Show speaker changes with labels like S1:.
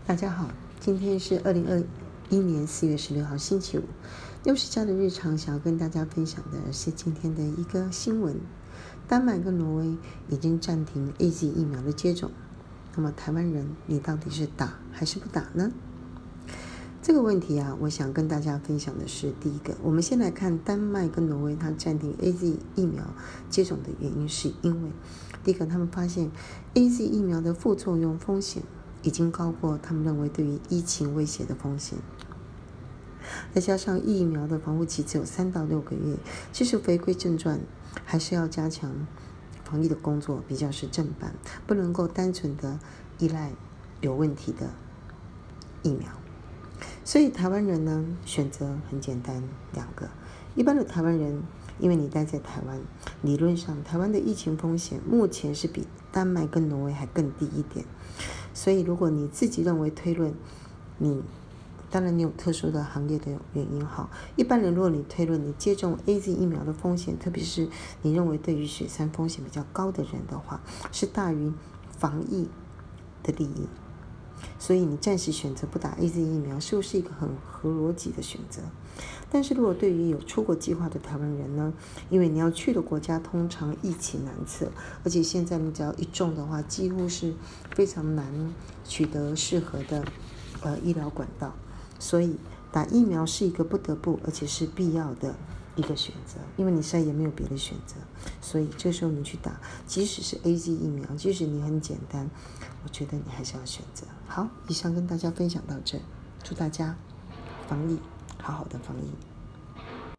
S1: 大家好，今天是2021年4月16号星期五，60加的日常，想要跟大家分享的是今天的一个新闻：丹麦跟挪威已经暂停 AZ 疫苗的接种。那么台湾人，你到底是打还是不打呢？这个问题啊，我想跟大家分享的是，第一个，我们先来看丹麦跟挪威它暂停 AZ 疫苗接种的原因，是因为第一个，他们发现 AZ 疫苗的副作用风险已经高过他们认为对于疫情威胁的风险，再加上疫苗的防护期只有3到6个月，其实回归正传还是要加强防疫的工作，比较是正版，不能够单纯的依赖有问题的疫苗。所以台湾人呢，选择很简单，两个。一般的台湾人，因为你待在台湾，理论上台湾的疫情风险目前是比丹麦跟挪威还更低一点。所以如果你自己认为推论，当然你有特殊的行业的原因好。一般人如果你推论你接种 AZ 疫苗的风险，特别是你认为对于血栓风险比较高的人的话，是大于防疫的利益。所以你暂时选择不打 AZ 疫苗，是不是一个很合逻辑的选择？但是如果对于有出国计划的台湾人呢，因为你要去的国家通常疫情难测，而且现在你只要一中的话，几乎是非常难取得适合的医疗管道，所以打疫苗是一个不得不而且是必要的一个选择，因为你现在也没有别的选择，所以这时候你去打，即使是 AZ 疫苗，即使你很简单，我觉得你还是要选择。好，以上跟大家分享到这，祝大家防疫好好的防疫。